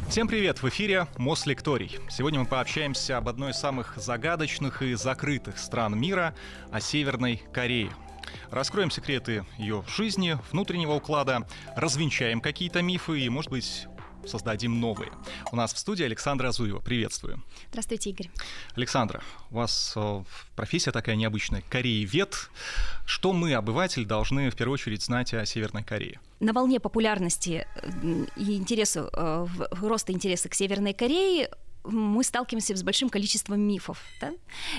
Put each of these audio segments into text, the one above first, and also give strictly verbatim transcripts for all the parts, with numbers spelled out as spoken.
Всем привет! В эфире Мослекторий. Сегодня мы пообщаемся об одной из самых загадочных и закрытых стран мира, о Северной Корее. Раскроем секреты ее жизни, внутреннего уклада, развенчаем какие-то мифы и, может быть, создадим новые. У нас в студии Александра Зуева. Приветствую. Здравствуйте, Игорь. Александра, у вас э, профессия такая необычная, кореевед. Что мы, обыватели, должны в первую очередь знать о Северной Корее? На волне популярности и интереса, э, роста интереса к Северной Корее мы сталкиваемся с большим количеством мифов. Да?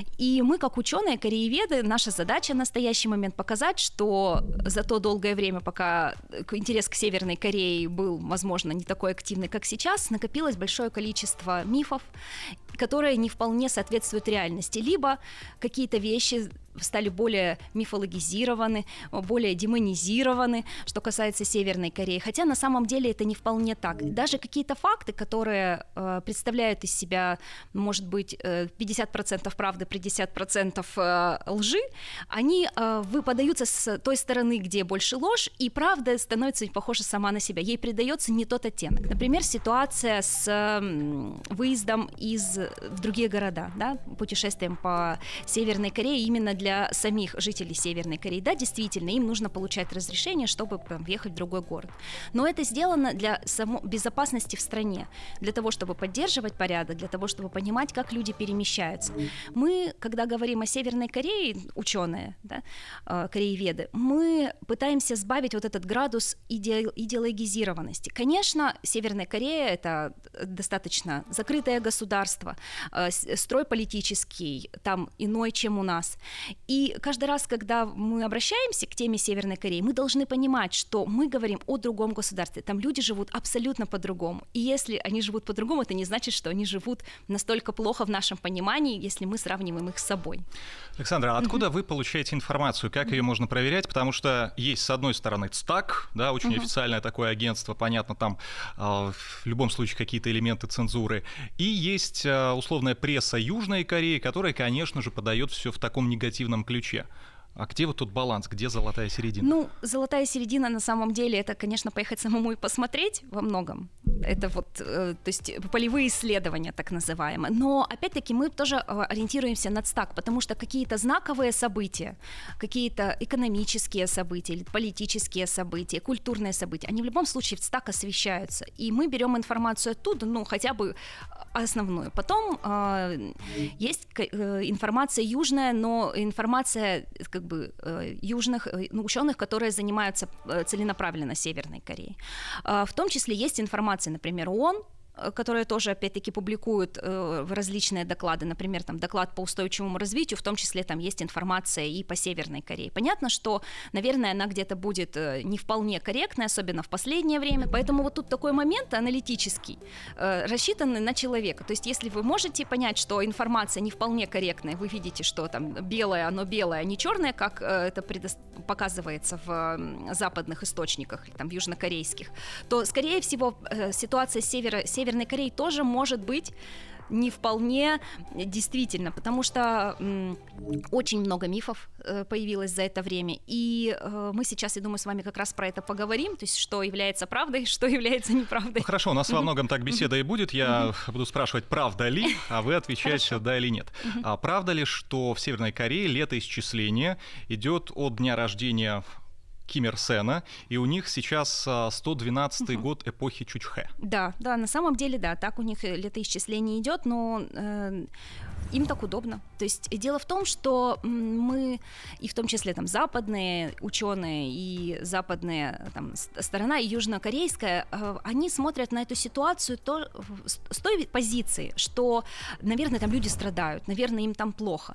И мы, как ученые, корееведы, наша задача в настоящий момент показать, что за то долгое время, пока интерес к Северной Корее был, возможно, не такой активный, как сейчас, накопилось большое количество мифов, которые не вполне соответствуют реальности. Либо какие-то вещи стали более мифологизированы, более демонизированы, что касается Северной Кореи. Хотя на самом деле это не вполне так. Даже какие-то факты, которые э, представляют из себя, может быть, э, пятьдесят процентов правды, пятьдесят процентов э, лжи, они э, выпадаются с той стороны, где больше ложь, и правда становится похожа сама на себя. Ей придается не тот оттенок. Например, ситуация с э, выездом из, в другие города, да, путешествием по Северной Корее именно для самих жителей Северной Кореи. Да, действительно, им нужно получать разрешение, чтобы въехать в другой город. Но это сделано для само... безопасности в стране, для того, чтобы поддерживать порядок, для того, чтобы понимать, как люди перемещаются. Мы, когда говорим о Северной Корее, ученые, да, корееведы, мы пытаемся сбавить вот этот градус иде... идеологизированности. Конечно, Северная Корея – это достаточно закрытое государство, строй политический там иной, чем у нас. И каждый раз, когда мы обращаемся к теме Северной Кореи, мы должны понимать, что мы говорим о другом государстве. Там люди живут абсолютно по-другому. И если они живут по-другому, это не значит, что они живут настолько плохо в нашем понимании, если мы сравниваем их с собой. Александра, а откуда uh-huh. вы получаете информацию? Как uh-huh. ее можно проверять? Потому что есть, с одной стороны, ЦТАК, да, очень uh-huh. официальное такое агентство, понятно, там э, в любом случае какие-то элементы цензуры. И есть э, условная пресса Южной Кореи, которая, конечно же, подает все в таком негативном ключе. А где вот тут баланс, где золотая середина? Ну, золотая середина на самом деле это, конечно, поехать самому и посмотреть во многом. Это вот, э, то есть полевые исследования, так называемые. Но, опять-таки, мы тоже ориентируемся на ЦТАК, потому что какие-то знаковые события, какие-то экономические события, или политические события, культурные события, они в любом случае в ЦТАК освещаются. И мы берем информацию оттуда, ну, хотя бы основную. Потом э, есть э, информация южная, но информация как бы э, южных э, ученых, которые занимаются э, целенаправленно Северной Кореей. Э, в том числе есть информация, например, ООН, которые тоже, опять-таки, публикуют э, различные доклады, например, там, доклад по устойчивому развитию, в том числе там есть информация и по Северной Корее. Понятно, что, наверное, она где-то будет э, не вполне корректной, особенно в последнее время, поэтому вот тут такой момент аналитический, э, рассчитанный на человека. То есть, если вы можете понять, что информация не вполне корректная, вы видите, что там белое, оно белое, а не черное, как э, это предо... показывается в э, западных источниках, там, южнокорейских, то, скорее всего, э, ситуация севера Северной Кореи тоже может быть не вполне действительно, потому что м, очень много мифов э, появилось за это время, и э, мы сейчас, я думаю, с вами как раз про это поговорим, то есть что является правдой, что является неправдой. Ну, хорошо, у нас mm-hmm. во многом так беседа mm-hmm. и будет, я mm-hmm. буду спрашивать, правда ли, а вы отвечаете, да или нет. Mm-hmm. А правда ли, что в Северной Корее летоисчисление идет от дня рождения Ким Ир Сена, и у них сейчас сто двенадцатый угу. год эпохи Чучхэ. Да, да, на самом деле, да, так у них летоисчисление идет, но э, им так удобно. То есть дело в том, что мы, и в том числе там западные ученые, и западная там, сторона, и южнокорейская, э, они смотрят на эту ситуацию то, с той позиции, что, наверное, там люди страдают, наверное, им там плохо.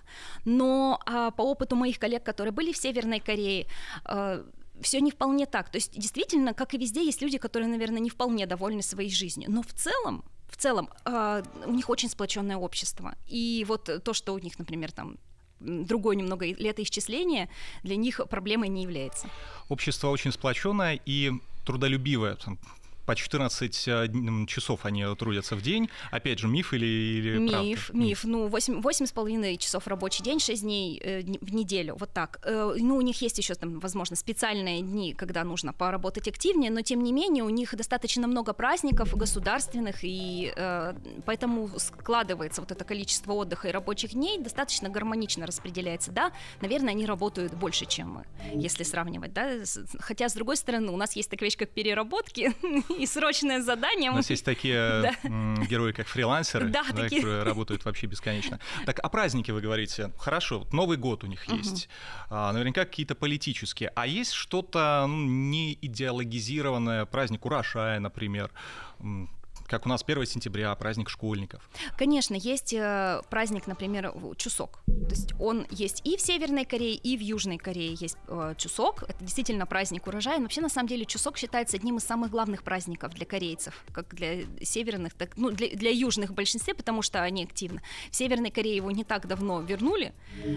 Но э, по опыту моих коллег, которые были в Северной Корее, э, все не вполне так. То есть, действительно, как и везде, есть люди, которые, наверное, не вполне довольны своей жизнью. Но в целом, в целом, э, у них очень сплоченное общество. И вот то, что у них, например, там другое немного летоисчисление, для них проблемой не является. Общество очень сплоченное и трудолюбивое. по четырнадцать часов они трудятся в день. Опять же, миф или, или миф, правда? Миф, ну, восемь с половиной часов рабочий день, шесть дней э, в неделю, вот так. Э, ну, у них есть еще там, возможно, специальные дни, когда нужно поработать активнее, но, тем не менее, у них достаточно много праздников государственных, и э, поэтому складывается вот это количество отдыха и рабочих дней, достаточно гармонично распределяется. Да, наверное, они работают больше, чем мы, если сравнивать, да, хотя, с другой стороны, у нас есть такая вещь, как переработки и срочное задание. У нас есть такие да. герои, как фрилансеры, да, да, такие... которые работают вообще бесконечно. Так, а праздники, вы говорите, хорошо, Новый год у них есть, угу. а, наверняка какие-то политические, а есть что-то ну, не идеологизированное, праздник урожая, например, как у нас первое сентября, праздник школьников. Конечно, есть э, праздник, например, Чусок. То есть он есть и в Северной Корее, и в Южной Корее есть э, Чусок. Это действительно праздник урожая. Но вообще, на самом деле, Чусок считается одним из самых главных праздников для корейцев, как для северных, так, ну, для, для южных в большинстве, потому что они активны. В Северной Корее его не так давно вернули,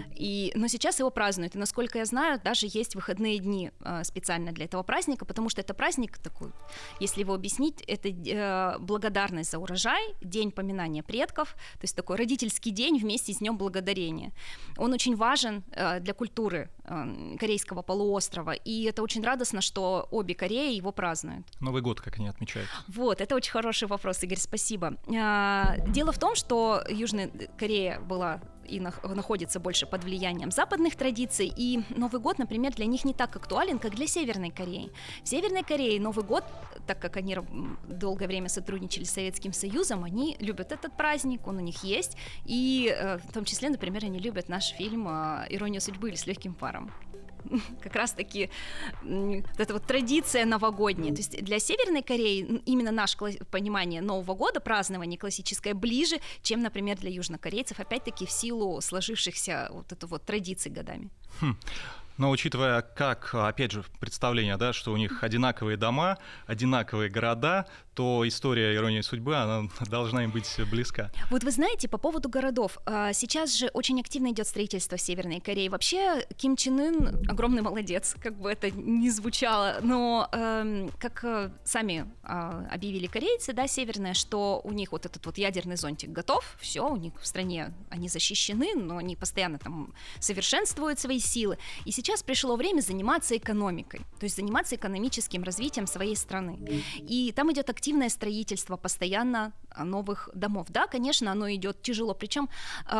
и, но сейчас его празднуют. И, насколько я знаю, даже есть выходные дни э, специально для этого праздника, потому что это праздник такой, если его объяснить, это э, благодарность за урожай, день поминания предков, то есть такой родительский день вместе с Днем Благодарения. Он очень важен э, для культуры э, корейского полуострова, и это очень радостно, что обе Кореи его празднуют. Новый год, как они отмечают? Вот, это очень хороший вопрос, Игорь, спасибо. Э, дело в том, что Южная Корея была и находится больше под влиянием западных традиций, и Новый год, например, для них не так актуален, как для Северной Кореи. В Северной Корее Новый год, так как они долгое время сотрудничали с Советским Союзом, они любят этот праздник, он у них есть, и в том числе, например, они любят наш фильм «Ирония судьбы» или «С легким паром». Как раз-таки вот эта вот традиция новогодняя. То есть для Северной Кореи именно наше понимание Нового года, празднование классическое, ближе, чем, например, для южнокорейцев, опять-таки в силу сложившихся вот эту вот традиций годами. Хм. Но учитывая, как, опять же, представление, да, что у них одинаковые дома, одинаковые города, то история «Иронии судьбы», она должна им быть близка. Вот вы знаете, по поводу городов, сейчас же очень активно идет строительство в Северной Корее. Вообще Ким Чен Ын огромный молодец, как бы это ни звучало, но э, как сами э, объявили корейцы, да, северные, что у них вот этот вот ядерный зонтик готов, все, у них в стране они защищены, но они постоянно там совершенствуют свои силы. И сейчас Сейчас пришло время заниматься экономикой, то есть заниматься экономическим развитием своей страны. И там идет активное строительство постоянно новых домов. Да, конечно, оно идет тяжело. Причем,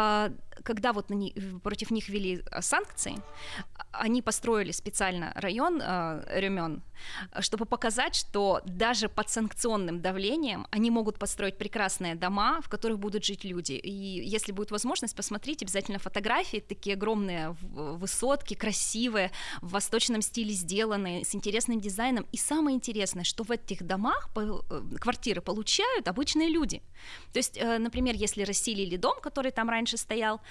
когда вот против них ввели санкции, они построили специально район Рёмён, чтобы показать, что даже под санкционным давлением они могут построить прекрасные дома, в которых будут жить люди. И если будет возможность, посмотрите обязательно фотографии, такие огромные высотки, красивые, в восточном стиле сделанные, с интересным дизайном. И самое интересное, что в этих домах квартиры получают обычные люди. То есть, например, если расселили дом, который там раньше стоял,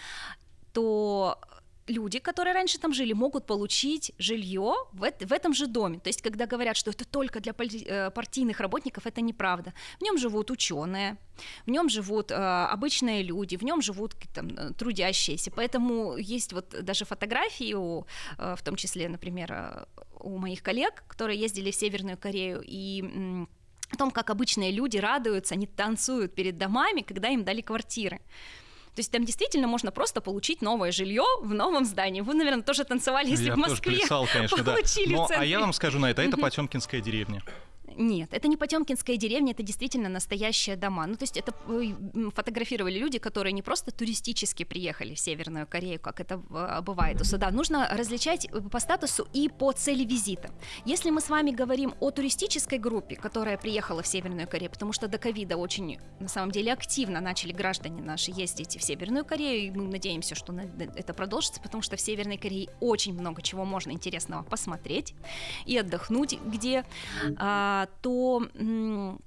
то люди, которые раньше там жили, могут получить жилье в, это, в этом же доме. То есть, когда говорят, что это только для партийных работников, это неправда. В нем живут ученые, в нем живут э, обычные люди, в нем живут там, трудящиеся. Поэтому есть вот даже фотографии, у, э, в том числе, например, у моих коллег, которые ездили в Северную Корею, и м- о том, как обычные люди радуются, они танцуют перед домами, когда им дали квартиры. То есть там действительно можно просто получить новое жилье в новом здании. Вы, наверное, тоже танцевали, если я в Москве тоже плясал, конечно, получили да. Но, в центре. А я вам скажу на это, это Потёмкинская деревня. Нет, это не Потёмкинская деревня, это действительно настоящие дома. Ну, то есть это фотографировали люди, которые не просто туристически приехали в Северную Корею, как это бывает у суда. Нужно различать по статусу и по цели визита. Если мы с вами говорим о туристической группе, которая приехала в Северную Корею, потому что до ковида очень, на самом деле, активно начали граждане наши ездить в Северную Корею, и мы надеемся, что это продолжится, потому что в Северной Корее очень много чего можно интересного посмотреть и отдохнуть, где... то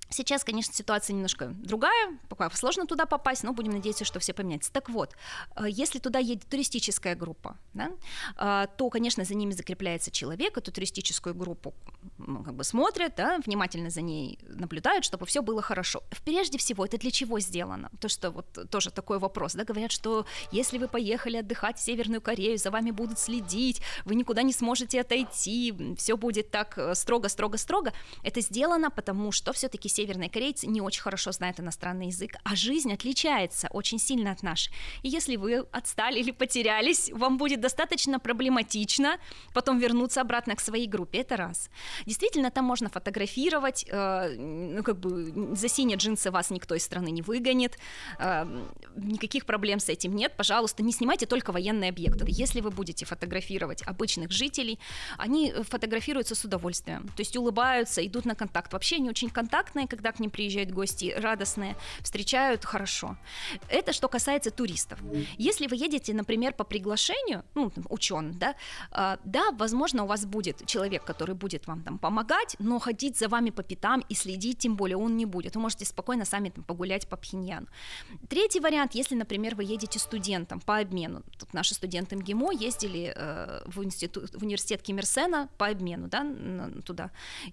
Сейчас, конечно, ситуация немножко другая, пока сложно туда попасть, но будем надеяться, что все поменяется. Так вот, если туда едет туристическая группа, да, то, конечно, за ними закрепляется человек, эту туристическую группу ну, как бы смотрят, да, внимательно за ней наблюдают, чтобы все было хорошо. Прежде всего, это для чего сделано? То, что вот тоже такой вопрос, да, говорят, что если вы поехали отдыхать в Северную Корею, за вами будут следить, вы никуда не сможете отойти, все будет так строго-строго-строго. Это сделано, потому что все-таки северные корейцы не очень хорошо знают иностранный язык, а жизнь отличается очень сильно от нашей. И если вы отстали или потерялись, вам будет достаточно проблематично потом вернуться обратно к своей группе. Это раз. Действительно, там можно фотографировать, э, ну, как бы за синие джинсы вас никто из страны не выгонит, э, никаких проблем с этим нет. Пожалуйста, не снимайте только военные объекты. Если вы будете фотографировать обычных жителей, они фотографируются с удовольствием, то есть улыбаются, идут на контакт. Вообще они очень контактные, когда к ним приезжают гости, радостные, встречают хорошо. Это что касается туристов. Если вы едете, например, по приглашению, ну, ученый, да, да, возможно, у вас будет человек, который будет вам там помогать, но ходить за вами по пятам и следить, тем более, он не будет. Вы можете спокойно сами там погулять по Пхеньяну. Третий вариант, если, например, вы едете студентом по обмену. Тут наши студенты МГИМО ездили э, в, институт, в университет Ким Ир Сена по обмену, да, туда,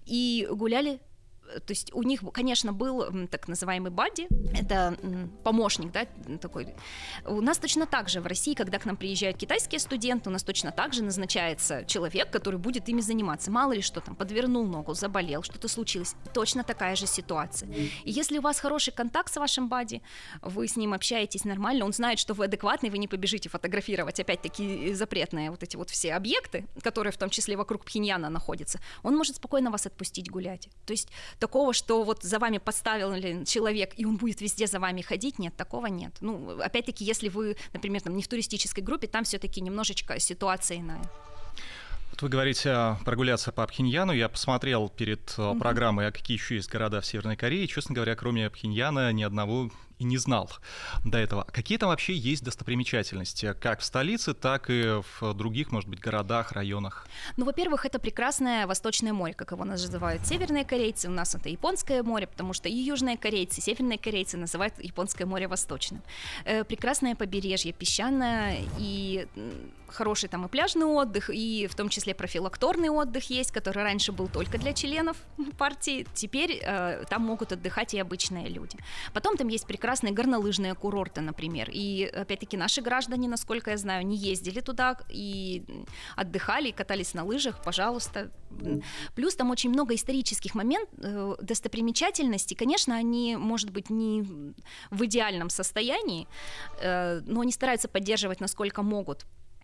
и гуляли. То есть у них, конечно, был так называемый бадди, это помощник, да, такой. У нас точно так же в России, когда к нам приезжают китайские студенты, у нас точно так же назначается человек, который будет ими заниматься. Мало ли что там, подвернул ногу, заболел, что-то случилось. Точно такая же ситуация. И если у вас хороший контакт с вашим бадди, вы с ним общаетесь нормально, он знает, что вы адекватный, вы не побежите фотографировать опять-таки запретные вот эти вот все объекты, которые в том числе вокруг Пхеньяна находятся, он может спокойно вас отпустить гулять. То есть такого, что вот за вами поставил человек, и он будет везде за вами ходить, нет, такого нет. Ну, опять-таки, если вы, например, там, не в туристической группе, там все-таки немножечко ситуация иная. Вот вы говорите прогуляться по Пхеньяну. Я посмотрел перед mm-hmm. программой, а какие еще есть города в Северной Корее. Честно говоря, кроме Пхеньяна ни одного и не знал до этого. Какие там вообще есть достопримечательности, как в столице, так и в других, может быть, городах, районах? Ну, во-первых, это прекрасное Восточное море, как его называют северные корейцы. У нас это Японское море, потому что и южные корейцы, и северные корейцы называют Японское море Восточным. Э, прекрасное побережье, песчаное, и хороший там и пляжный отдых, и в том числе профилакторный отдых есть, который раньше был только для членов партии. Теперь э, там могут отдыхать и обычные люди. Потом там есть прекрасные прекрасные горнолыжные курорты, например. И, опять-таки, наши граждане, насколько я знаю, не ездили туда и отдыхали, и катались на лыжах, пожалуйста. Плюс там очень много исторических моментов, достопримечательностей. Конечно, они, может быть, не в идеальном состоянии, но они стараются поддерживать, насколько могут.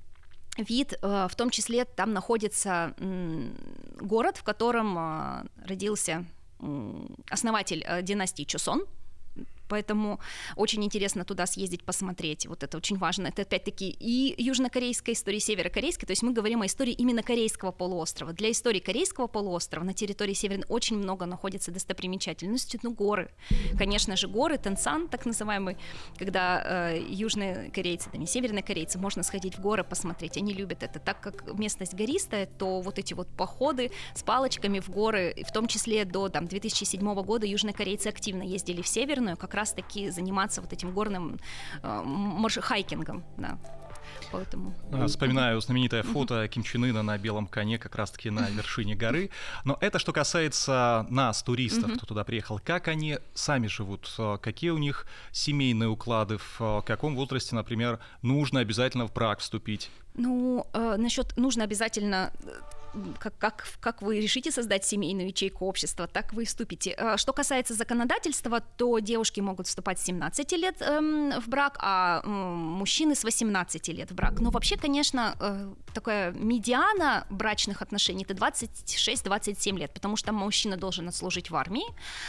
Вид, в том числе там находится город, в котором родился основатель династии Чосон. Поэтому очень интересно туда съездить, посмотреть. Вот это очень важно. Это опять-таки и южнокорейская история, и северокорейская. То есть мы говорим о истории именно Корейского полуострова. Для истории Корейского полуострова на территории Северной очень много находится достопримечательностей. Ну, горы. Конечно же, горы, Тенсан, так называемый, когда э, южные корейцы, да не северные корейцы, можно сходить в горы, посмотреть. Они любят это. Так как местность гористая, то вот эти вот походы с палочками в горы, в том числе до там, две тысячи седьмого года южные корейцы активно ездили в Северную, как раз таки заниматься вот этим горным э, марш-хайкингом, да. Поэтому... Вспоминаю знаменитое фото Ким Чен Ына на белом коне как раз-таки на вершине горы. Но это что касается нас, туристов, кто туда приехал. Как они сами живут? Какие у них семейные уклады? В каком возрасте, например, нужно обязательно в брак вступить? Ну, э, насчет нужно обязательно... Как, как, как вы решите создать семейную ячейку общества, так вы и вступите. Что касается законодательства, то девушки могут вступать с семнадцати лет эм, в брак, а эм, мужчины с восемнадцати лет в брак. Но вообще, конечно, э, такая медиана брачных отношений — это двадцать шесть - двадцать семь лет, потому что мужчина должен отслужить в армии,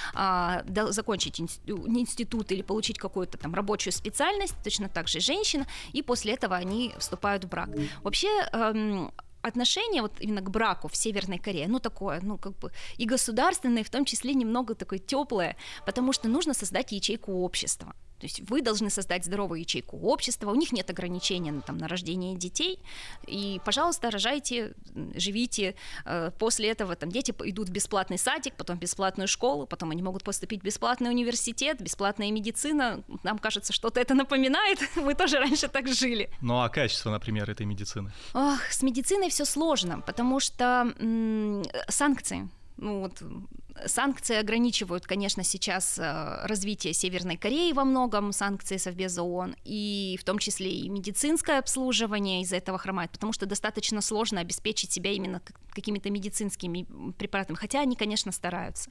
э, закончить институт или получить какую-то там рабочую специальность, точно так же женщина, и после этого они вступают в брак. Вообще... Эм, отношение вот именно к браку в Северной Корее, ну такое, ну как бы и государственное, в том числе немного такое теплое, потому что нужно создать ячейку общества. То есть вы должны создать здоровую ячейку общества, у них нет ограничения на, там, на рождение детей, и, пожалуйста, рожайте, живите. После этого там, дети идут в бесплатный садик, потом в бесплатную школу, потом они могут поступить в бесплатный университет, бесплатная медицина. Нам кажется, что-то это напоминает, мы тоже раньше так жили. Ну а качество, например, этой медицины? Ох, с медициной все сложно, потому что м- санкции. Ну вот санкции ограничивают, конечно, сейчас развитие Северной Кореи во многом, санкции Совбеза ООН, и в том числе и медицинское обслуживание из-за этого хромает, потому что достаточно сложно обеспечить себя именно какими-то медицинскими препаратами, хотя они, конечно, стараются.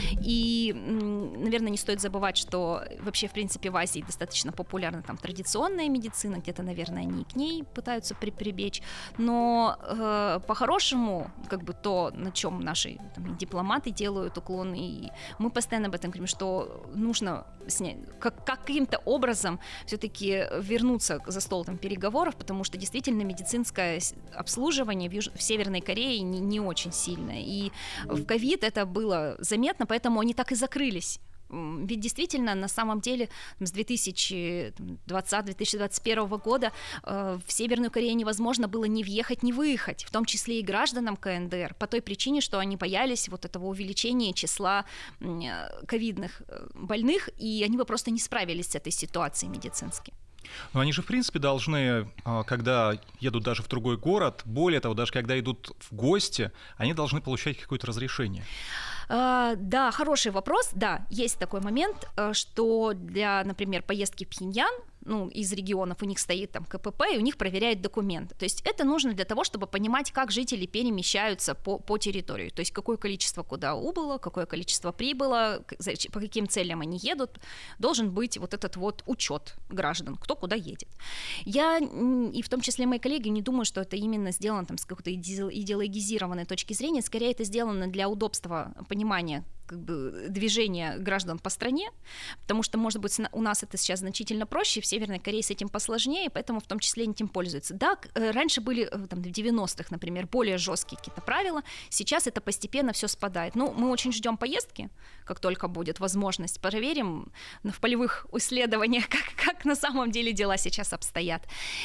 И, наверное, не стоит забывать, что вообще, в принципе, в Азии достаточно популярна там традиционная медицина, где-то, наверное, они и к ней пытаются при- прибечь, но э, по-хорошему, как бы то, на чем наши там, дипломаты делают уклон, и мы постоянно об этом говорим, что нужно снять, как, каким-то образом все-таки вернуться за стол там, переговоров, потому что действительно медицинское обслуживание в, Юж... в Северной Корее не, не очень сильное, и в ковид это было заметно, поэтому они так и закрылись. Ведь действительно, на самом деле, с две тысячи двадцатого - две тысячи двадцать первого года э, в Северную Корею невозможно было ни въехать, ни выехать, в том числе и гражданам КНДР, по той причине, что они боялись вот этого увеличения числа э, ковидных больных, и они бы просто не справились с этой ситуацией медицински. Но они же, в принципе, должны, когда едут даже в другой город, более того, даже когда идут в гости, они должны получать какое-то разрешение. Uh, да, хороший вопрос. Да, есть такой момент, что для, например, поездки в Пхеньян, ну, из регионов у них стоит там ка пэ пэ, и у них проверяют документы. То есть это нужно для того, чтобы понимать, как жители перемещаются по, по территории. То есть какое количество куда убыло, какое количество прибыло, по каким целям они едут. Должен быть вот этот вот учет граждан, кто куда едет. Я, и в том числе мои коллеги, не думаю, что это именно сделано там, с какой-то идеологизированной точки зрения. Скорее, это сделано для удобства понимания как бы, движения граждан по стране, потому что, может быть, у нас это сейчас значительно проще, в Северной Корее с этим посложнее, поэтому в том числе они этим пользуются. Да, раньше были там, в девяностых, например, более жесткие какие-то правила, сейчас это постепенно все спадает. Ну, мы очень ждем поездки, как только будет возможность, проверим в полевых исследованиях, как, как на самом деле дела сейчас обстоят.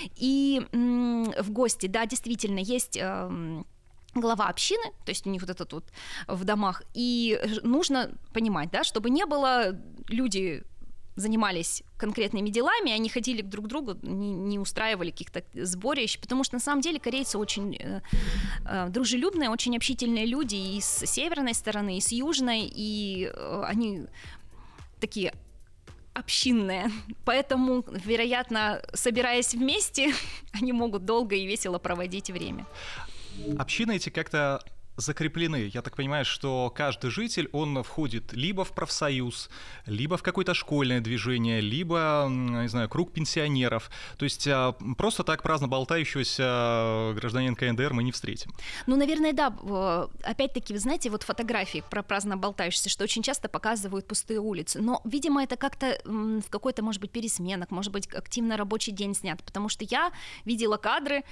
И м- в гости, да, действительно, есть... Э- глава общины, то есть у них вот это тут в домах, и нужно понимать, да, чтобы не было, люди занимались конкретными делами, они ходили друг к другу, не, не устраивали каких-то сборищ, потому что на самом деле корейцы очень э, э, дружелюбные, очень общительные люди и с северной стороны, и с южной, и э, они такие общинные, поэтому, вероятно, собираясь вместе, они могут долго и весело проводить время. Общины эти как-то закреплены. Я так понимаю, что каждый житель, он входит либо в профсоюз, либо в какое-то школьное движение, либо, не знаю, круг пенсионеров. То есть просто так праздно болтающегося гражданина КНДР мы не встретим. Ну, наверное, да. Опять-таки, вы знаете, вот фотографии про праздно болтающихся, что очень часто показывают пустые улицы. Но, видимо, это как-то в какой-то, может быть, пересменок, может быть, активно рабочий день снят. Потому что я видела кадры,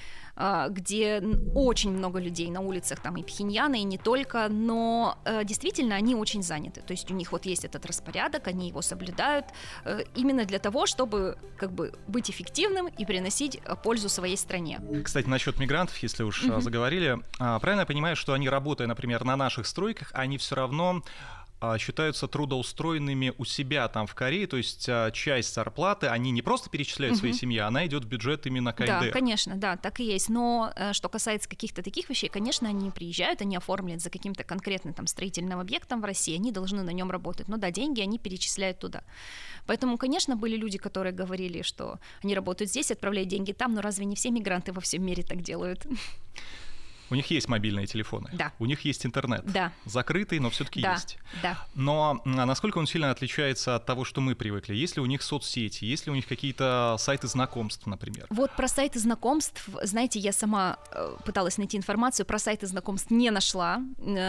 где очень много людей на улицах, там и Пхеньяна, и не только, но э, действительно они очень заняты. То есть у них вот есть этот распорядок, они его соблюдают э, именно для того, чтобы как бы быть эффективным и приносить пользу своей стране. Кстати, насчет мигрантов, если уж mm-hmm. заговорили, правильно я понимаю, что они, работая, например, на наших стройках, они все равно считаются трудоустроенными у себя там в Корее, то есть часть зарплаты они не просто перечисляют uh-huh. своей семье, она идет в бюджет именно КНДР. Да, конечно, да, так и есть. Но что касается каких-то таких вещей, конечно, они приезжают, они оформлены за каким-то конкретным там строительным объектом в России, они должны на нем работать. Но да, деньги они перечисляют туда. Поэтому, конечно, были люди, которые говорили, что они работают здесь, отправляют деньги там, но разве не все мигранты во всем мире так делают? У них есть мобильные телефоны, да. у них есть интернет, да. закрытый, но все-таки да. есть. Да. Но насколько он сильно отличается от того, что мы привыкли? Есть ли у них соцсети, есть ли у них какие-то сайты знакомств, например? Вот про сайты знакомств, знаете, я сама пыталась найти информацию, про сайты знакомств не нашла.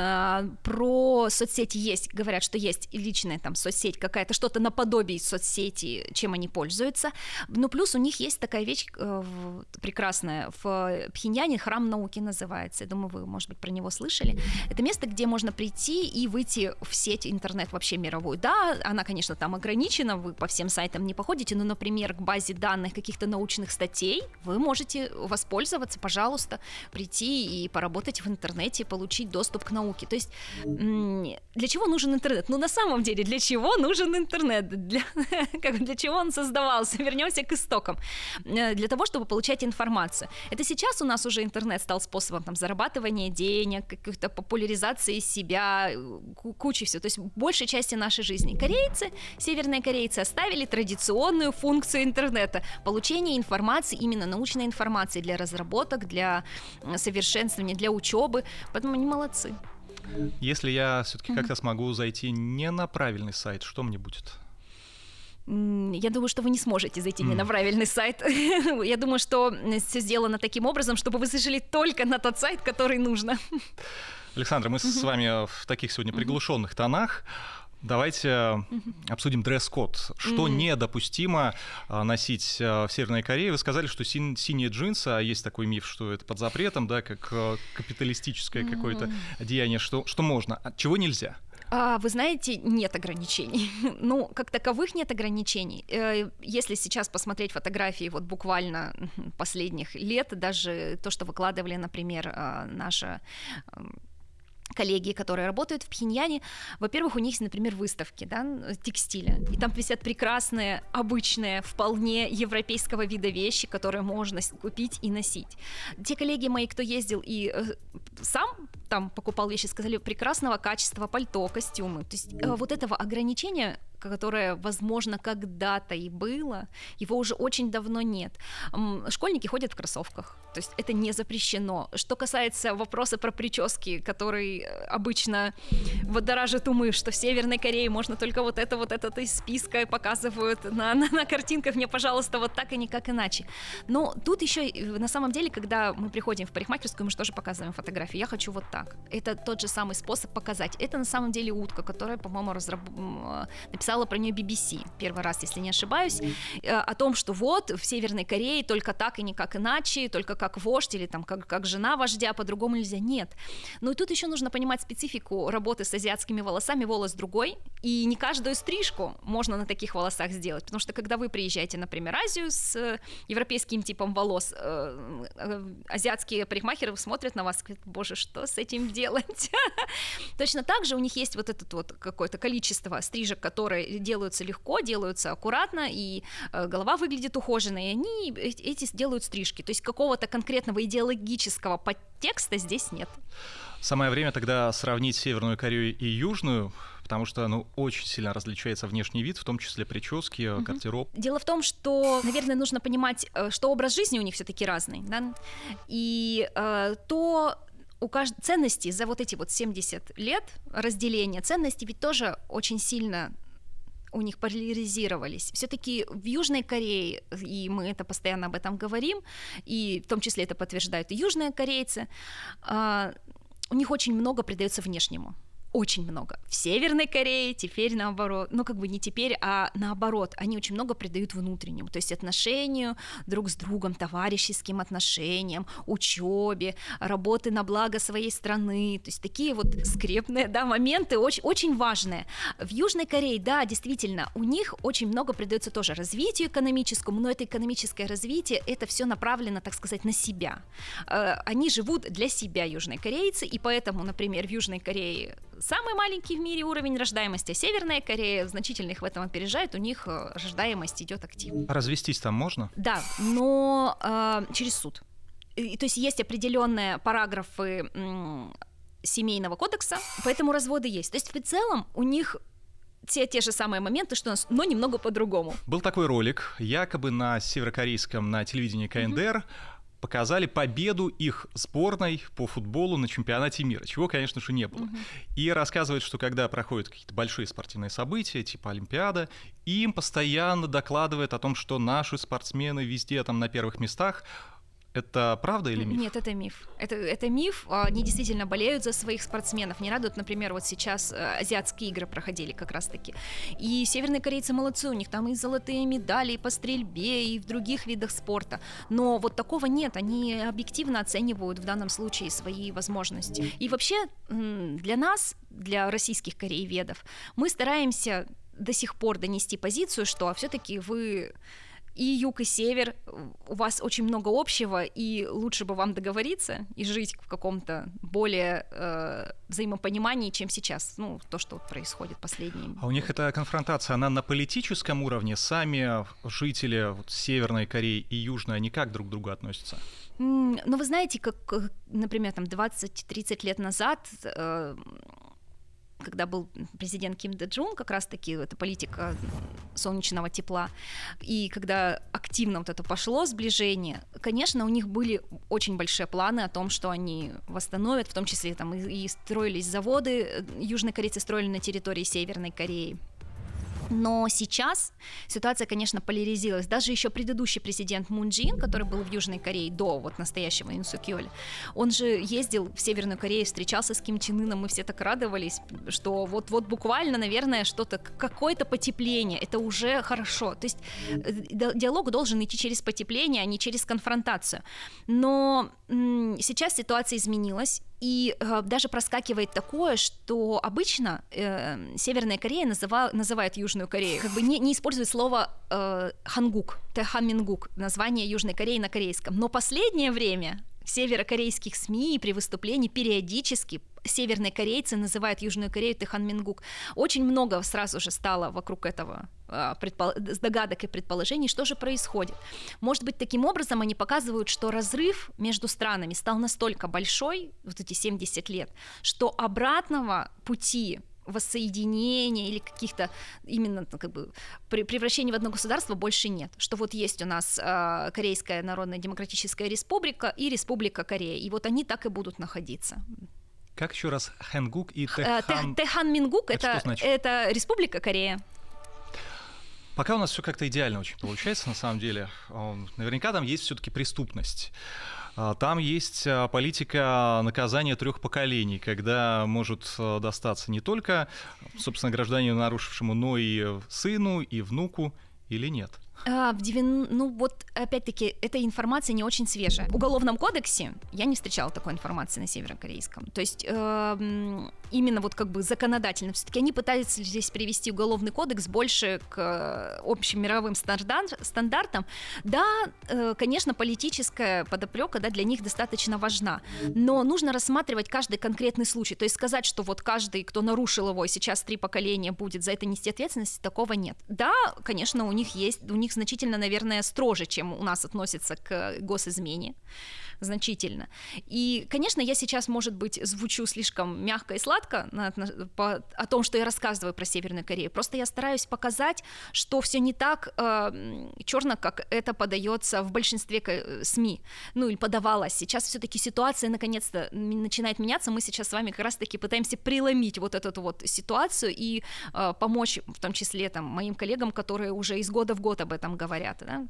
Про соцсети есть, говорят, что есть личная там соцсеть какая-то, что-то наподобие соцсети, чем они пользуются. Но плюс у них есть такая вещь прекрасная в Пхеньяне, храм науки называется. Я думаю, вы, может быть, про него слышали. Это место, где можно прийти и выйти в сеть интернет вообще мировую. Да, она, конечно, там ограничена, вы по всем сайтам не походите, но, например, к базе данных каких-то научных статей вы можете воспользоваться, пожалуйста, прийти и поработать в интернете, получить доступ к науке. То есть для чего нужен интернет? Ну, на самом деле, для чего нужен интернет? Для, как, для чего он создавался? Вернемся к истокам. Для того, чтобы получать информацию. Это сейчас у нас уже интернет стал способом там, зарабатывания денег, какой-то популяризации себя, кучи всего. То есть в большей части нашей жизни. Корейцы, северные корейцы оставили традиционную функцию интернета. Получение информации, именно научной информации для разработок, для совершенствования, для учебы. Поэтому они молодцы. Если я все-таки mm-hmm. как-то смогу зайти не на правильный сайт, что мне будет? Я думаю, что вы не сможете зайти mm. не на правильный сайт. Я думаю, что все сделано таким образом, чтобы вы зашли только на тот сайт, который нужно. Александра, мы mm-hmm. с вами в таких сегодня приглушенных mm-hmm. тонах. Давайте mm-hmm. обсудим дресс-код. Что mm-hmm. недопустимо носить в Северной Корее? Вы сказали, что син- синие джинсы, а есть такой миф, что это под запретом, да, как капиталистическое mm-hmm. какое-то деяние, что, что можно, а чего нельзя? А, вы знаете, нет ограничений. Ну, как таковых нет ограничений. Если сейчас посмотреть фотографии вот буквально последних лет, даже то, что выкладывали, например, наша... коллеги, которые работают в Пхеньяне, во-первых, у них есть, например, выставки, да, текстиля, и там висят прекрасные, обычные, вполне европейского вида вещи, которые можно купить и носить. Те коллеги мои, кто ездил и э, сам там покупал вещи, сказали, прекрасного качества пальто, костюмы. То есть э, вот этого ограничения, которое, возможно, когда-то и было, его уже очень давно нет. Школьники ходят в кроссовках, то есть это не запрещено. Что касается вопроса про прически, который обычно водоражит умы, что в Северной Корее можно только вот это, вот это из списка показывают на, на, на картинках, мне, пожалуйста, вот так и никак иначе. Но тут еще, на самом деле, когда мы приходим в парикмахерскую, мы же тоже показываем фотографию. Я хочу вот так. Это тот же самый способ показать. Это на самом деле утка, которая, по-моему, разраб... написала про нее би би си первый раз, если не ошибаюсь, о том, что вот в Северной Корее только так и никак иначе, только как вождь или там как, как жена вождя, по-другому нельзя. Нет. Но и тут еще нужно понимать специфику работы с азиатскими волосами, волос другой, и не каждую стрижку можно на таких волосах сделать, потому что когда вы приезжаете, например, в Азию с европейским типом волос, э, э, азиатские парикмахеры смотрят на вас и говорят, боже, что с этим делать? Точно так же у них есть вот это вот какое-то количество стрижек, которые делаются легко, делаются аккуратно, и э, голова выглядит ухоженной, и они эти делают стрижки. То есть какого-то конкретного идеологического подтекста здесь нет. Самое время тогда сравнить Северную Корею и Южную, потому что ну, очень сильно различается внешний вид, в том числе прически, uh-huh. гардероб. Дело в том, что, наверное, нужно понимать, что образ жизни у них все-таки разный, да? И э, то... У каждой ценности за вот эти вот семьдесят лет разделения ценностей ведь тоже очень сильно у них поляризировались. Все-таки в Южной Корее, и мы это постоянно об этом говорим, и в том числе это подтверждают и южные корейцы, у них очень много придается внешнему. Очень много. В Северной Корее теперь наоборот, ну как бы не теперь, а наоборот, они очень много придают внутреннему, то есть отношению друг с другом, товарищеским отношениям, учебе, работы на благо своей страны, то есть такие вот скрепные, да, моменты очень, очень важные. В Южной Корее, да, действительно, у них очень много придается тоже развитию экономическому, но это экономическое развитие, это все направлено, так сказать, на себя. Они живут для себя, южные корейцы, и поэтому, например, в Южной Корее самый маленький в мире уровень рождаемости. Северная Корея значительно их в этом опережает, у них рождаемость идет активно. Развестись там можно? Да, но э, через суд. И, то есть есть определенные параграфы м, семейного кодекса, поэтому разводы есть. То есть в целом у них те, те же самые моменты, что у нас, но немного по-другому. Был такой ролик, якобы на северокорейском, на телевидении ка эн дэ эр, mm-hmm. показали победу их сборной по футболу на чемпионате мира, чего, конечно же, не было. Угу. И рассказывают, что когда проходят какие-то большие спортивные события, типа Олимпиада, им постоянно докладывают о том, что наши спортсмены везде там на первых местах. Это правда или миф? Нет, это миф. Это, это миф. Они действительно болеют за своих спортсменов. Не радуют, например, вот сейчас азиатские игры проходили как раз-таки. И северные корейцы молодцы, у них там и золотые медали, и по стрельбе, и в других видах спорта. Но вот такого нет. Они объективно оценивают в данном случае свои возможности. И вообще для нас, для российских корееведов, мы стараемся до сих пор донести позицию, что все-таки вы... И юг, и север, у вас очень много общего, и лучше бы вам договориться и жить в каком-то более э, взаимопонимании, чем сейчас, ну, то, что вот происходит последние. А у них эта конфронтация, она на политическом уровне? Сами жители вот, Северной Кореи и Южной, они как друг к другу относятся? Mm, ну, вы знаете, как, например, там двадцать-тридцать лет назад... Э, когда был президент Ким Дэ Джун, как раз-таки это политика солнечного тепла, и когда активно вот это пошло сближение, конечно, у них были очень большие планы о том, что они восстановят, в том числе там и, и строились заводы, южные корейцы строили на территории Северной Кореи. Но сейчас ситуация, конечно, поляризировалась. Даже еще предыдущий президент Мун Чжэ Ин, который был в Южной Корее до вот настоящего Юн Сук Йоля, он же ездил в Северную Корею, встречался с Ким Чен Ыном, мы все так радовались, что вот-вот буквально, наверное, что-то, какое-то потепление, это уже хорошо. То есть диалог должен идти через потепление, а не через конфронтацию. Но м- сейчас ситуация изменилась, и э, даже проскакивает такое, что обычно э, Северная Корея называ, называет Южную Корею, как бы не, не использует слово э, хангук, тэханмингук, название Южной Кореи на корейском. Но последнее время в северокорейских СМИ при выступлении периодически северные корейцы называют Южную Корею Тэханмингук. Очень много сразу же стало вокруг этого предпол... догадок и предположений, что же происходит. Может быть, таким образом они показывают, что разрыв между странами стал настолько большой, вот эти семьдесят лет, что обратного пути воссоединения или каких-то именно как бы превращения в одно государство больше нет. Что вот есть у нас э, Корейская Народная Демократическая Республика и Республика Корея, и вот они так и будут находиться. Как еще раз Хэнгук и Тэхан... Тэханмингук — это, это, это Республика Корея. Пока у нас все как-то идеально очень получается, на самом деле. Наверняка там есть все-таки преступность. Там есть политика наказания трех поколений, когда может достаться не только, собственно, гражданину нарушившему, но и сыну, и внуку, или нет? А, в девян... Ну вот, опять-таки, эта информация не очень свежая. В Уголовном кодексе я не встречала такой информации на северокорейском. То есть э, именно вот как бы законодательно. Все-таки они пытаются здесь привести Уголовный кодекс больше к общим мировым стандартам. Да, э, конечно, политическая подоплека, да, для них достаточно важна. Но нужно рассматривать каждый конкретный случай. То есть сказать, что вот каждый, кто нарушил его, и сейчас три поколения будет за это нести ответственность, такого нет. Да, конечно, у них есть, у них значительно, наверное, строже, чем у нас относятся к госизмене. Значительно. И, конечно, я сейчас, может быть, звучу слишком мягко и сладко на, на, по, о том, что я рассказываю про Северную Корею. Просто я стараюсь показать, что все не так э, черно, как это подается в большинстве СМИ. Ну, или подавалось. Сейчас все-таки ситуация наконец-то начинает меняться. Мы сейчас с вами как раз-таки пытаемся преломить вот эту вот ситуацию и э, помочь, в том числе там, моим коллегам, которые уже из года в год об этом говорят, да?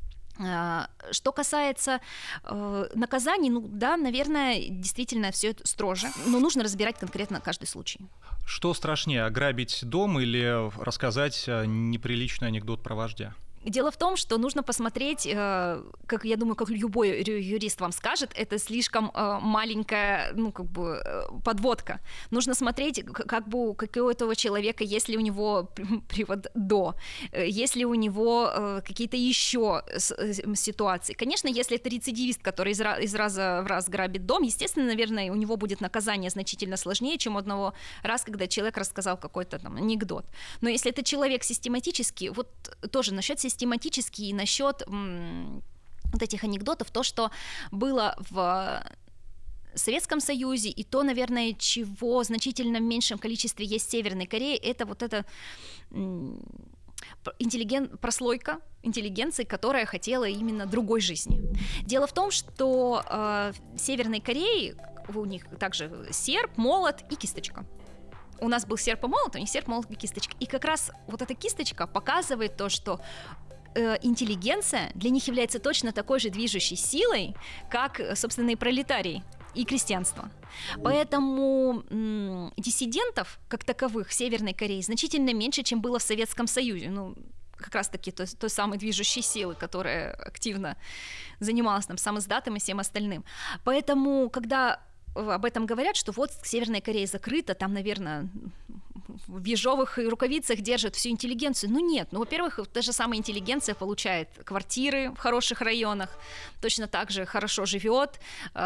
Что касается э, наказаний, ну да, наверное, действительно все это строже, но нужно разбирать конкретно каждый случай. Что страшнее, ограбить дом или рассказать неприличный анекдот про вождя? Дело в том, что нужно посмотреть, как я думаю, как любой юрист вам скажет, это слишком маленькая, ну, как бы, подводка. Нужно смотреть, как бы у какого-то человека, есть ли у него привод «до», есть ли у него какие-то еще ситуации. Конечно, если это рецидивист, который из раза в раз грабит дом, естественно, наверное, у него будет наказание значительно сложнее, чем у одного раз, когда человек рассказал какой-то там анекдот. Но если это человек систематически, вот тоже насчет систематически, систематически и насчет м, вот этих анекдотов, то, что было в Советском Союзе, и то, наверное, чего значительно в меньшем количестве есть в Северной Корее, это вот это м, интеллиген... прослойка интеллигенции, которая хотела именно другой жизни. Дело в том, что э, в Северной Корее у них также серп, молот и кисточка. У нас был серп и молот, у них серп, молот и кисточка. И как раз вот эта кисточка показывает то, что э, интеллигенция для них является точно такой же движущей силой, как, собственно, и пролетарий, и крестьянство. Поэтому м- диссидентов, как таковых, в Северной Корее значительно меньше, чем было в Советском Союзе. Ну, как раз-таки той, той самой движущей силы, которая активно занималась там самоиздатом и всем остальным. Поэтому, когда об этом говорят, что вот Северная Корея закрыта, там, наверное, в ежовых рукавицах держат всю интеллигенцию. Ну нет, ну, во-первых, та же самая интеллигенция получает квартиры в хороших районах, точно так же хорошо живет,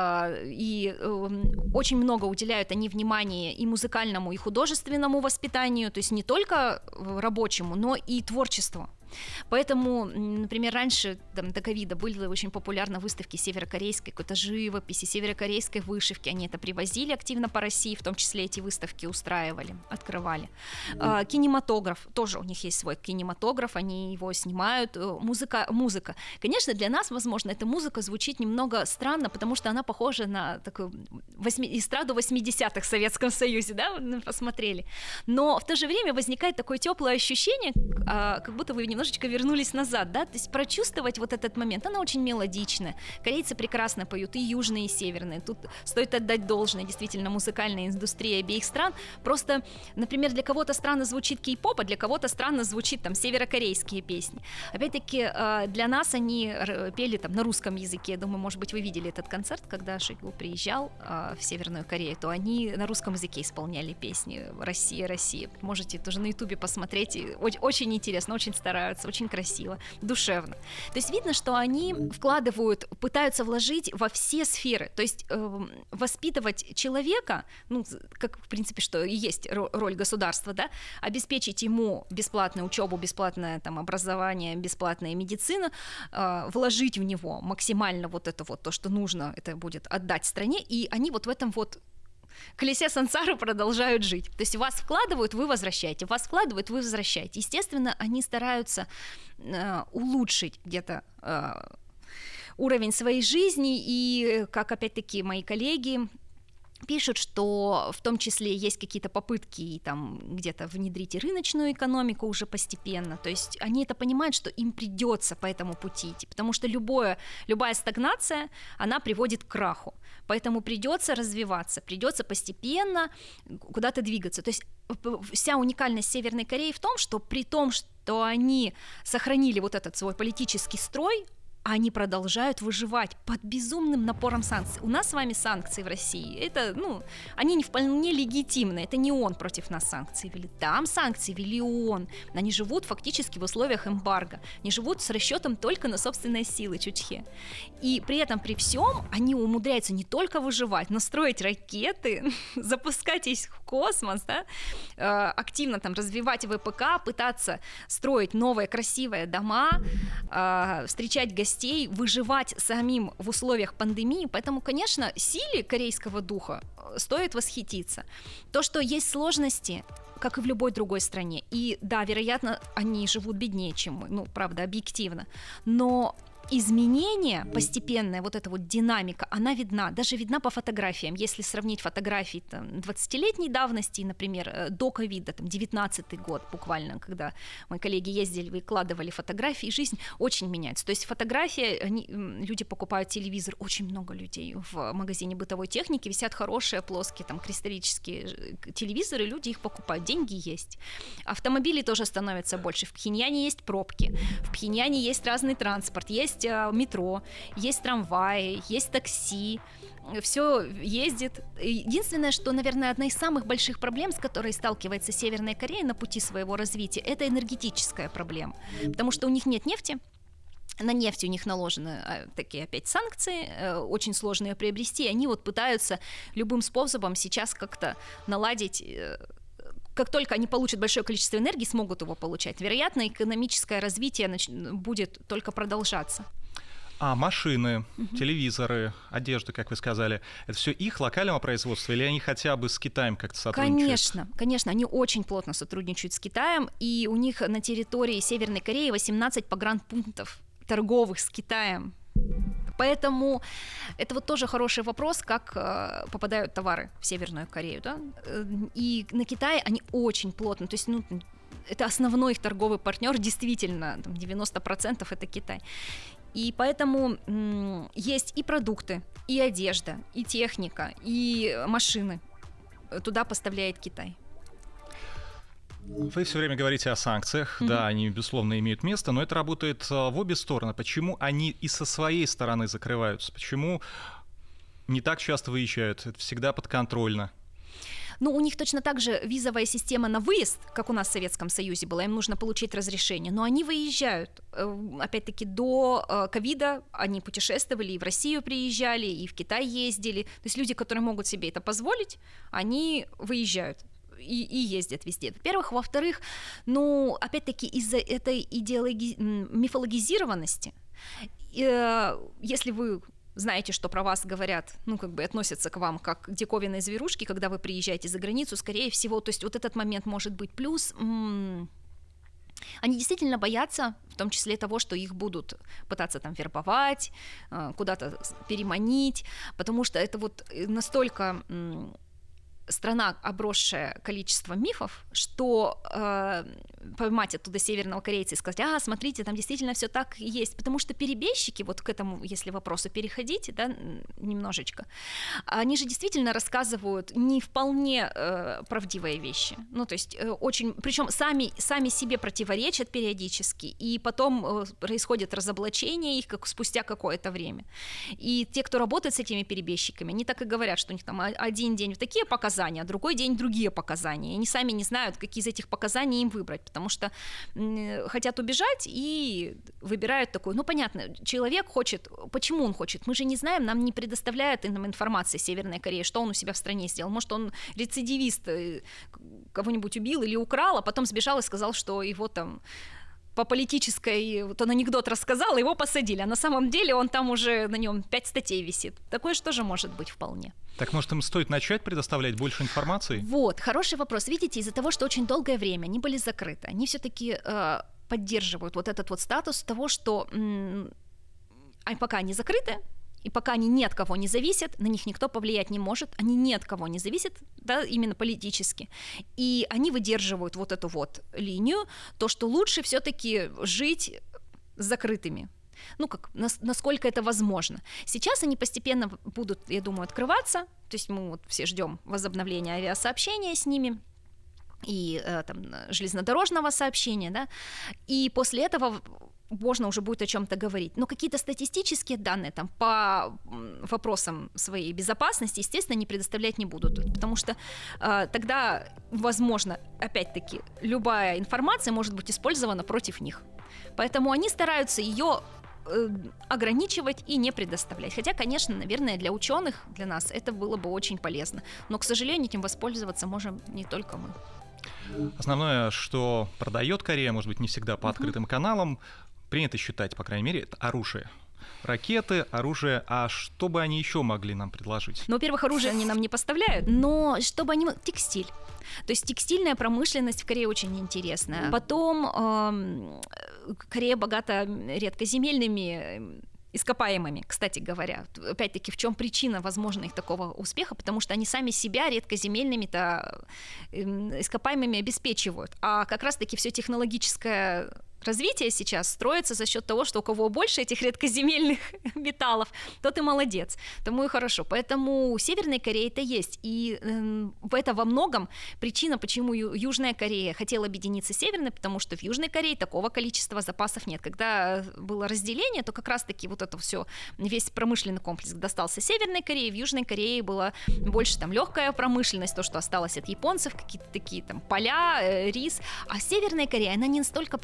и очень много уделяют они внимания и музыкальному, и художественному воспитанию, то есть не только рабочему, но и творчеству. Поэтому, например, раньше, там, до ковида были очень популярны выставки северокорейской какой-то живописи, северокорейской вышивки. Они это привозили активно по России, в том числе эти выставки устраивали, открывали. А, кинематограф, тоже у них есть свой кинематограф, они его снимают. Музыка, музыка. Конечно, для нас, возможно, эта музыка звучит немного странно, потому что она похожа на такую восьми... эстраду восьмидесятых в Советском Союзе, да, вы посмотрели. Но в то же время возникает такое теплое ощущение, как будто вы немножечко вернулись назад, да, то есть прочувствовать вот этот момент. Она очень мелодичная. Корейцы прекрасно поют, и южные, и северные. Тут стоит отдать должное, действительно, музыкальная индустрия обеих стран. Просто, например, для кого-то странно звучит кей-поп, а для кого-то странно звучит там северокорейские песни. Опять-таки, для нас они пели там на русском языке. Я думаю, может быть, вы видели этот концерт, когда Шойгу приезжал в Северную Корею, то они на русском языке исполняли песни «Россия, Россия». Можете тоже на ютубе посмотреть. Очень интересно, очень стараются, очень красиво, душевно. То есть видно, что они вкладывают, пытаются вложить во все сферы, то есть э, воспитывать человека, ну, как в принципе, что и есть роль государства, да, обеспечить ему бесплатную учебу, бесплатное там образование, бесплатная медицина, э, вложить в него максимально вот это вот, то, что нужно, это будет отдать стране, и они вот в этом вот колесе сансары продолжают жить. То есть вас вкладывают, вы возвращаете, вас вкладывают, вы возвращаете. Естественно, они стараются э, улучшить где-то э, уровень своей жизни, и, как опять-таки мои коллеги пишут, что в том числе есть какие-то попытки там где-то внедрить и рыночную экономику уже постепенно, то есть они это понимают, что им придется по этому пути идти, потому что любое, любая стагнация, она приводит к краху, поэтому придется развиваться, придется постепенно куда-то двигаться, то есть вся уникальность Северной Кореи в том, что при том, что они сохранили вот этот свой политический строй, они продолжают выживать под безумным напором санкций. У нас с вами санкции в России, это, ну, они не вполне легитимны, это не ООН против нас санкции ввели, там санкции ввели ООН, они живут фактически в условиях эмбарго, они живут с расчетом только на собственные силы чучхе. И при этом, при всем, они умудряются не только выживать, но строить ракеты, запускать их в космос, да, активно там развивать ВПК, пытаться строить новые красивые дома, встречать гостей, выживать самим в условиях пандемии, поэтому, конечно, силе корейского духа стоит восхититься. То, что есть сложности, как и в любой другой стране, и да, вероятно, они живут беднее, чем мы, ну, правда, объективно, но изменение постепенное, вот эта вот динамика, она видна, даже видна по фотографиям. Если сравнить фотографии там, двадцатилетней давности, например, до ковида, там, девятнадцатый год буквально, когда мои коллеги ездили, выкладывали фотографии, жизнь очень меняется. То есть фотография, они, люди покупают телевизор, очень много людей в магазине бытовой техники, висят хорошие плоские там кристаллические телевизоры, люди их покупают, деньги есть. Автомобилей тоже становится больше. В Пхеньяне есть пробки, в Пхеньяне есть разный транспорт, есть метро, есть трамваи, есть такси, все ездит. Единственное, что, наверное, одна из самых больших проблем, с которой сталкивается Северная Корея на пути своего развития, это энергетическая проблема, потому что у них нет нефти, на нефть у них наложены такие опять санкции, очень сложно ее приобрести, они вот пытаются любым способом сейчас как-то наладить. Как только они получат большое количество энергии, смогут его получать. Вероятно, экономическое развитие нач... будет только продолжаться. А машины, угу. телевизоры, одежда, как вы сказали, это все их локального производства или они хотя бы с Китаем как-то сотрудничают? Конечно, конечно, они очень плотно сотрудничают с Китаем, и у них на территории Северной Кореи восемнадцать погранпунктов торговых с Китаем. Поэтому это вот тоже хороший вопрос, как э, попадают товары в Северную Корею, да? И на Китай они очень плотно, то есть, ну, это основной их торговый партнер, действительно, там, девяносто процентов это Китай. И поэтому м, есть и продукты, и одежда, и техника, и машины. Туда поставляет Китай. Вы все время говорите о санкциях, mm-hmm. да, они, безусловно, имеют место, но это работает в обе стороны. Почему они и со своей стороны закрываются? Почему не так часто выезжают? Это всегда подконтрольно. Ну, у них точно так же визовая система на выезд, как у нас в Советском Союзе была, им нужно получить разрешение, но они выезжают. Опять-таки, до ковида они путешествовали, и в Россию приезжали, и в Китай ездили. То есть люди, которые могут себе это позволить, они выезжают. И, и ездят везде. Во-первых. Во-вторых, ну, опять-таки, из-за этой идеологи... мифологизированности, э, если вы знаете, что про вас говорят, ну, как бы относятся к вам как к диковинной зверушке, когда вы приезжаете за границу, скорее всего, то есть вот этот момент может быть плюс. М- Они действительно боятся, в том числе того, что их будут пытаться там вербовать, э, куда-то переманить, потому что это вот настолько... М- страна, обросшая количеством мифов, что э, поймать оттуда северного корейца и сказать: а, смотрите, там действительно все так и есть, потому что перебежчики, вот к этому, если вопросу переходить, да, немножечко, они же действительно рассказывают не вполне э, правдивые вещи, ну, то есть э, очень, причем сами, сами себе противоречат периодически, и потом э, происходит разоблачение их как, спустя какое-то время. И те, кто работает с этими перебежчиками, они так и говорят, что у них там один день такие показания, а другой день другие показания. И они сами не знают, какие из этих показаний им выбрать, потому что м, хотят убежать и выбирают такой. Ну, понятно, человек хочет... Почему он хочет? Мы же не знаем, нам не предоставляют нам информации Северной Кореи, что он у себя в стране сделал. Может, он рецидивист, кого-нибудь убил или украл, а потом сбежал и сказал, что его там... по политической, вот он анекдот рассказал, его посадили, а на самом деле он там уже, на нем пять статей висит. Такое же тоже может быть вполне. Так, может, им стоит начать предоставлять больше информации? Вот, хороший вопрос. Видите, из-за того, что очень долгое время они были закрыты, они все-таки э, поддерживают вот этот вот статус того, что м- пока они закрыты, и пока они ни от кого не зависят, на них никто повлиять не может, они ни от кого не зависят, да, именно политически. И они выдерживают вот эту вот линию, то, что лучше все-таки жить с закрытыми. Ну, как, насколько это возможно. Сейчас они постепенно будут, я думаю, открываться, то есть мы вот все ждем возобновления авиасообщения с ними, и э, там, железнодорожного сообщения, да, и после этого можно уже будет о чем-то говорить. Но какие-то статистические данные там, по вопросам своей безопасности, естественно, не предоставлять не будут, потому что э, тогда, возможно, опять-таки, любая информация может быть использована против них. Поэтому они стараются ее э, ограничивать и не предоставлять. Хотя, конечно, наверное, для ученых, для нас это было бы очень полезно. Но, к сожалению, этим воспользоваться можем не только мы. Основное, что продает Корея, может быть, не всегда по открытым uh-huh. каналам, принято считать, по крайней мере, это оружие. Ракеты, оружие, а что бы они еще могли нам предложить? Ну, во-первых, оружие они нам не поставляют, но чтобы они... Текстиль. То есть текстильная промышленность в Корее очень интересная. Потом э, Корея богата редкоземельными ископаемыми, кстати говоря. Опять-таки, в чем причина, возможно, их такого успеха? Потому что они сами себя редкоземельными-то ископаемыми обеспечивают. А как раз-таки все технологическое развитие сейчас строится за счет того, что у кого больше этих редкоземельных металлов, тот и молодец, тому и хорошо. Поэтому у Северной Кореи это есть. И э, это во многом причина, почему Ю- Южная Корея хотела объединиться с Северной, потому что в Южной Корее такого количества запасов нет. Когда было разделение, то как раз-таки вот это все, весь промышленный комплекс достался Северной Корее, в Южной Корее была больше там легкая промышленность, то, что осталось от японцев, какие-то такие там поля, э, рис. А Северная Корея, она не настолько пригодна,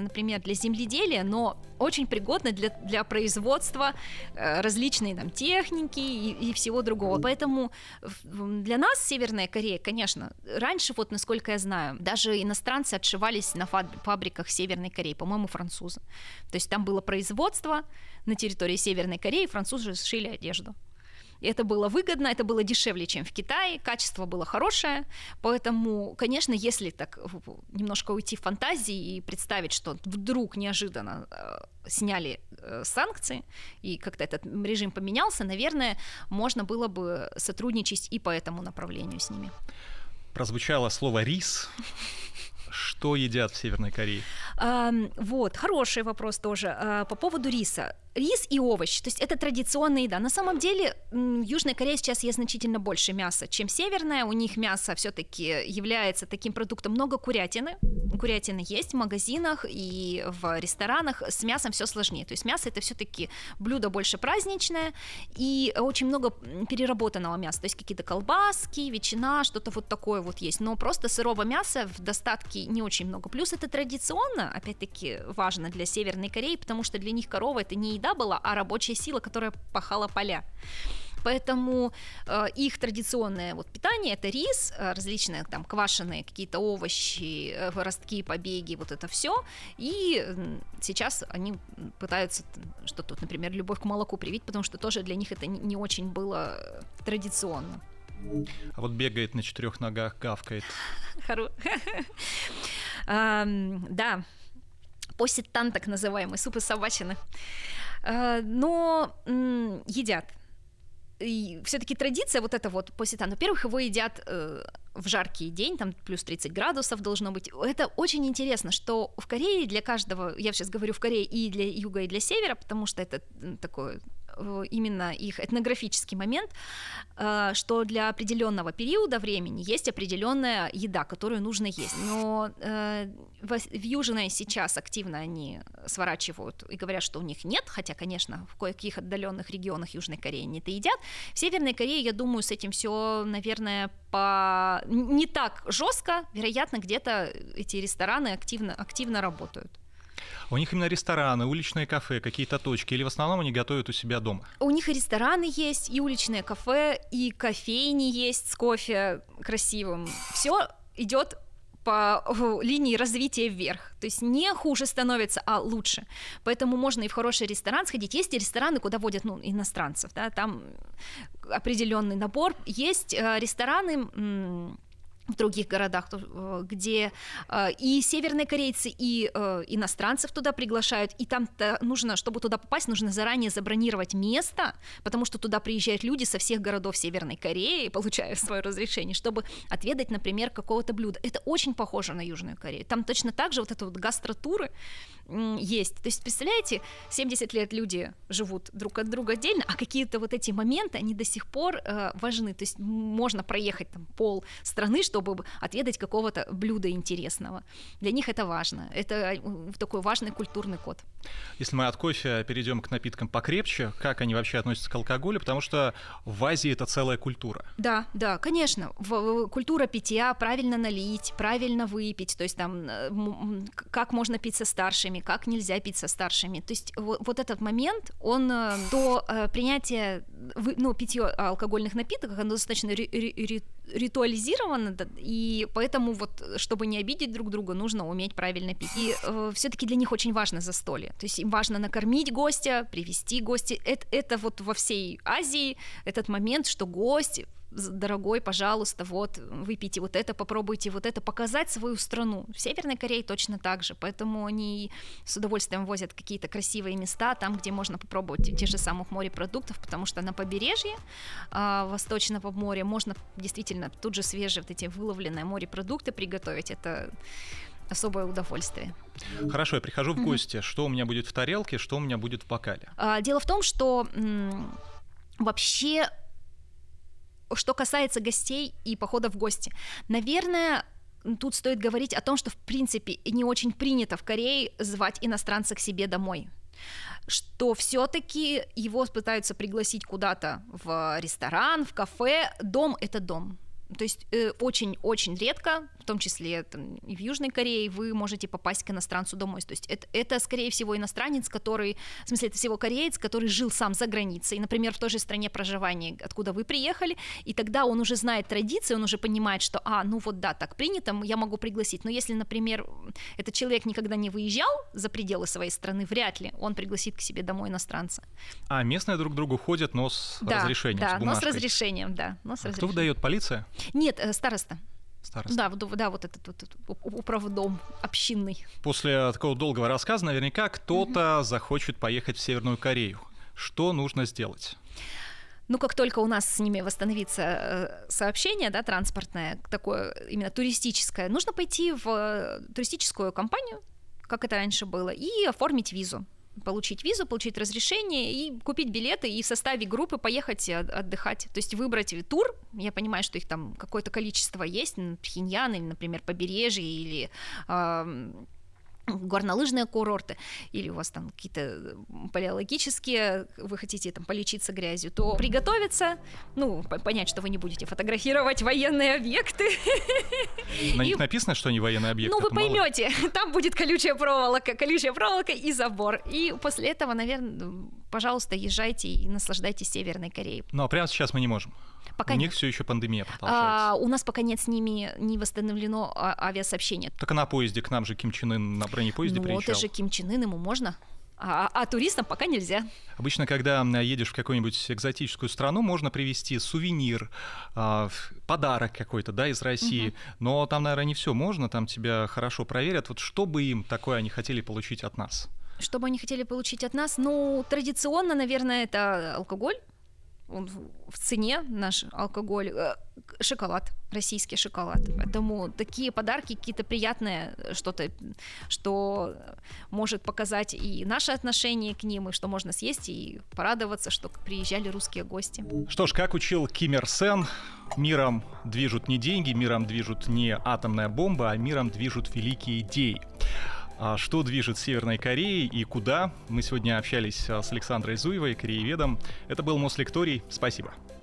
например, для земледелия, но очень пригодно для, для производства э, различной там техники и, и всего другого. Поэтому для нас Северная Корея, конечно, раньше, вот насколько я знаю, даже иностранцы отшивались на фабриках Северной Кореи, по-моему, французы. То есть там было производство на территории Северной Кореи, французы шили одежду. И это было выгодно, это было дешевле, чем в Китае, качество было хорошее, поэтому, конечно, если так немножко уйти в фантазии и представить, что вдруг неожиданно э, сняли э, санкции, и как-то этот режим поменялся, наверное, можно было бы сотрудничать и по этому направлению с ними. Прозвучало слово «рис». Что едят в Северной Корее? А, вот, хороший вопрос тоже. А, по поводу риса. Рис и овощи, то есть это традиционная еда. На самом деле Южная Корея сейчас ест значительно больше мяса, чем Северная. У них мясо все-таки является таким продуктом. Много курятины. Курятина есть в магазинах и в ресторанах. С мясом все сложнее. То есть мясо это все-таки блюдо больше праздничное и очень много переработанного мяса. То есть какие-то колбаски, ветчина, что-то вот такое вот есть. Но просто сырого мяса в достатке не очень много. Плюс это традиционно, опять-таки, важно для Северной Кореи, потому что для них корова это не еда была, а рабочая сила, которая пахала поля. Поэтому э, их традиционное вот питание это рис, различные там квашеные какие-то овощи, э, ростки, побеги, вот это все. И э, сейчас они пытаются, что тут, например, любовь к молоку привить, потому что тоже для них это не, не очень было традиционно. А вот бегает на четырех ногах, гавкает. Да, посеттан так называемый, суп из собачины. Но едят. И все-таки традиция вот эта вот посеттан. Во-первых, его едят э, в жаркий день, там плюс тридцать градусов должно быть. Это очень интересно, что в Корее для каждого, я сейчас говорю в Корее и для юга, и для севера, потому что это такой именно их этнографический момент, что для определенного периода времени есть определенная еда, которую нужно есть. Но в Южной сейчас активно они сворачивают и говорят, что у них нет, хотя, конечно, в кое-каких отдаленных регионах Южной Кореи они это едят. В Северной Корее, я думаю, с этим все, наверное, по... не так жестко. Вероятно, где-то эти рестораны активно, активно работают. У них именно рестораны, уличные кафе, какие-то точки, или в основном они готовят у себя дома? У них и рестораны есть, и уличные кафе, и кофейни есть с кофе красивым. Все идет по линии развития вверх. То есть не хуже становится, а лучше. Поэтому можно и в хороший ресторан сходить. Есть и рестораны, куда водят ну, иностранцев. Да? Там определенный набор. Есть рестораны в других городах, где и северные корейцы, и иностранцев туда приглашают, и там-то нужно, чтобы туда попасть, нужно заранее забронировать место, потому что туда приезжают люди со всех городов Северной Кореи, получая свое разрешение, чтобы отведать, например, какого-то блюда. Это очень похоже на Южную Корею. Там точно так же вот это вот гастротуры есть. То есть, представляете, семьдесят лет люди живут друг от друга отдельно, а какие-то вот эти моменты, они до сих пор э, важны. То есть можно проехать там пол страны, чтобы отведать какого-то блюда интересного. Для них это важно. Это такой важный культурный код. Если мы от кофе перейдем к напиткам покрепче, как они вообще относятся к алкоголю? Потому что в Азии это целая культура. Да, да, конечно. В, культура питья, правильно налить, правильно выпить. То есть там как можно пить со старшими, как нельзя пить со старшими. То есть вот, вот этот момент, он до э, принятия, ну, питье алкогольных напитков, оно достаточно ри- ри- ритуализировано, и поэтому вот, чтобы не обидеть друг друга, нужно уметь правильно пить. И э, все-таки для них очень важно застолье. То есть им важно накормить гостя, привести гостя. Это, это вот во всей Азии этот момент, что гость дорогой, пожалуйста, вот, выпейте вот это, попробуйте вот это, показать свою страну. В Северной Корее точно так же, поэтому они с удовольствием возят какие-то красивые места, там, где можно попробовать те же самых морепродуктов, потому что на побережье э, Восточного моря можно действительно тут же свежие вот эти выловленные морепродукты приготовить, это особое удовольствие. Хорошо, я прихожу в гости, mm-hmm. что у меня будет в тарелке, что у меня будет в бокале? А, дело в том, что м- вообще что касается гостей и похода в гости, наверное, тут стоит говорить о том, что в принципе не очень принято в Корее звать иностранца к себе домой, что все-таки его пытаются пригласить куда-то в ресторан, в кафе. Дом — это дом. То есть очень-очень э, редко, в том числе там, и в Южной Корее, вы можете попасть к иностранцу домой. То есть это, это, скорее всего, иностранец, который, в смысле, это всего кореец, который жил сам за границей, например, в той же стране проживания, откуда вы приехали, и тогда он уже знает традиции, он уже понимает, что, а, ну вот да, так принято, я могу пригласить. Но если, например, этот человек никогда не выезжал за пределы своей страны, вряд ли он пригласит к себе домой иностранца. А местные друг к другу ходят, но с да, разрешением, да, с бумажкой. но с разрешением, да. Но с а разрешением. Кто выдает, полиция? Нет, староста. Староста. Да, вот, да, вот этот вот, управдом общинный. После такого долгого рассказа наверняка кто-то mm-hmm. захочет поехать в Северную Корею. Что нужно сделать? Ну, как только у нас с ними восстановится сообщение, да, транспортное, такое именно туристическое, нужно пойти в туристическую компанию, как это раньше было, и оформить визу. Получить визу, получить разрешение и купить билеты и в составе группы поехать отдыхать. То есть выбрать тур, я понимаю, что их там какое-то количество есть, Пхеньян или, например, побережье или э, горнолыжные курорты, или у вас там какие-то палеологические, вы хотите там полечиться грязью, то приготовиться, ну, понять, что вы не будете фотографировать военные объекты. На них написано, что они военные объекты? Ну, вы поймете, там будет колючая проволока, колючая проволока и забор. И после этого, наверное, пожалуйста, езжайте и наслаждайтесь Северной Кореей. Ну, а прямо сейчас мы не можем. Пока у нет. них все еще пандемия продолжается. А, у нас пока нет с ними не восстановлено авиасообщение. Так а на поезде к нам же Ким Чен Ын на бронепоезде ну, приезжал. Ну, это же Ким Чен Ын, ему можно. А, а туристам пока нельзя. Обычно, когда едешь в какую-нибудь экзотическую страну, можно привезти сувенир, подарок какой-то, да, из России. Угу. Но там, наверное, не все можно, там тебя хорошо проверят. Вот что бы им такое они хотели получить от нас? Что бы они хотели получить от нас? Ну, традиционно, наверное, это алкоголь. Он в цене, наш алкоголь, шоколад, российский шоколад. Поэтому такие подарки какие-то приятные, что-то, что может показать и наше отношение к ним, и что можно съесть, и порадоваться, что приезжали русские гости. Что ж, как учил Ким Ир Сен, миром движут не деньги, миром движут не атомная бомба, а миром движут великие идеи. Что движет Северной Кореей и куда? Мы сегодня общались с Александрой Зуевой, корееведом. Это был Мослекторий. Спасибо.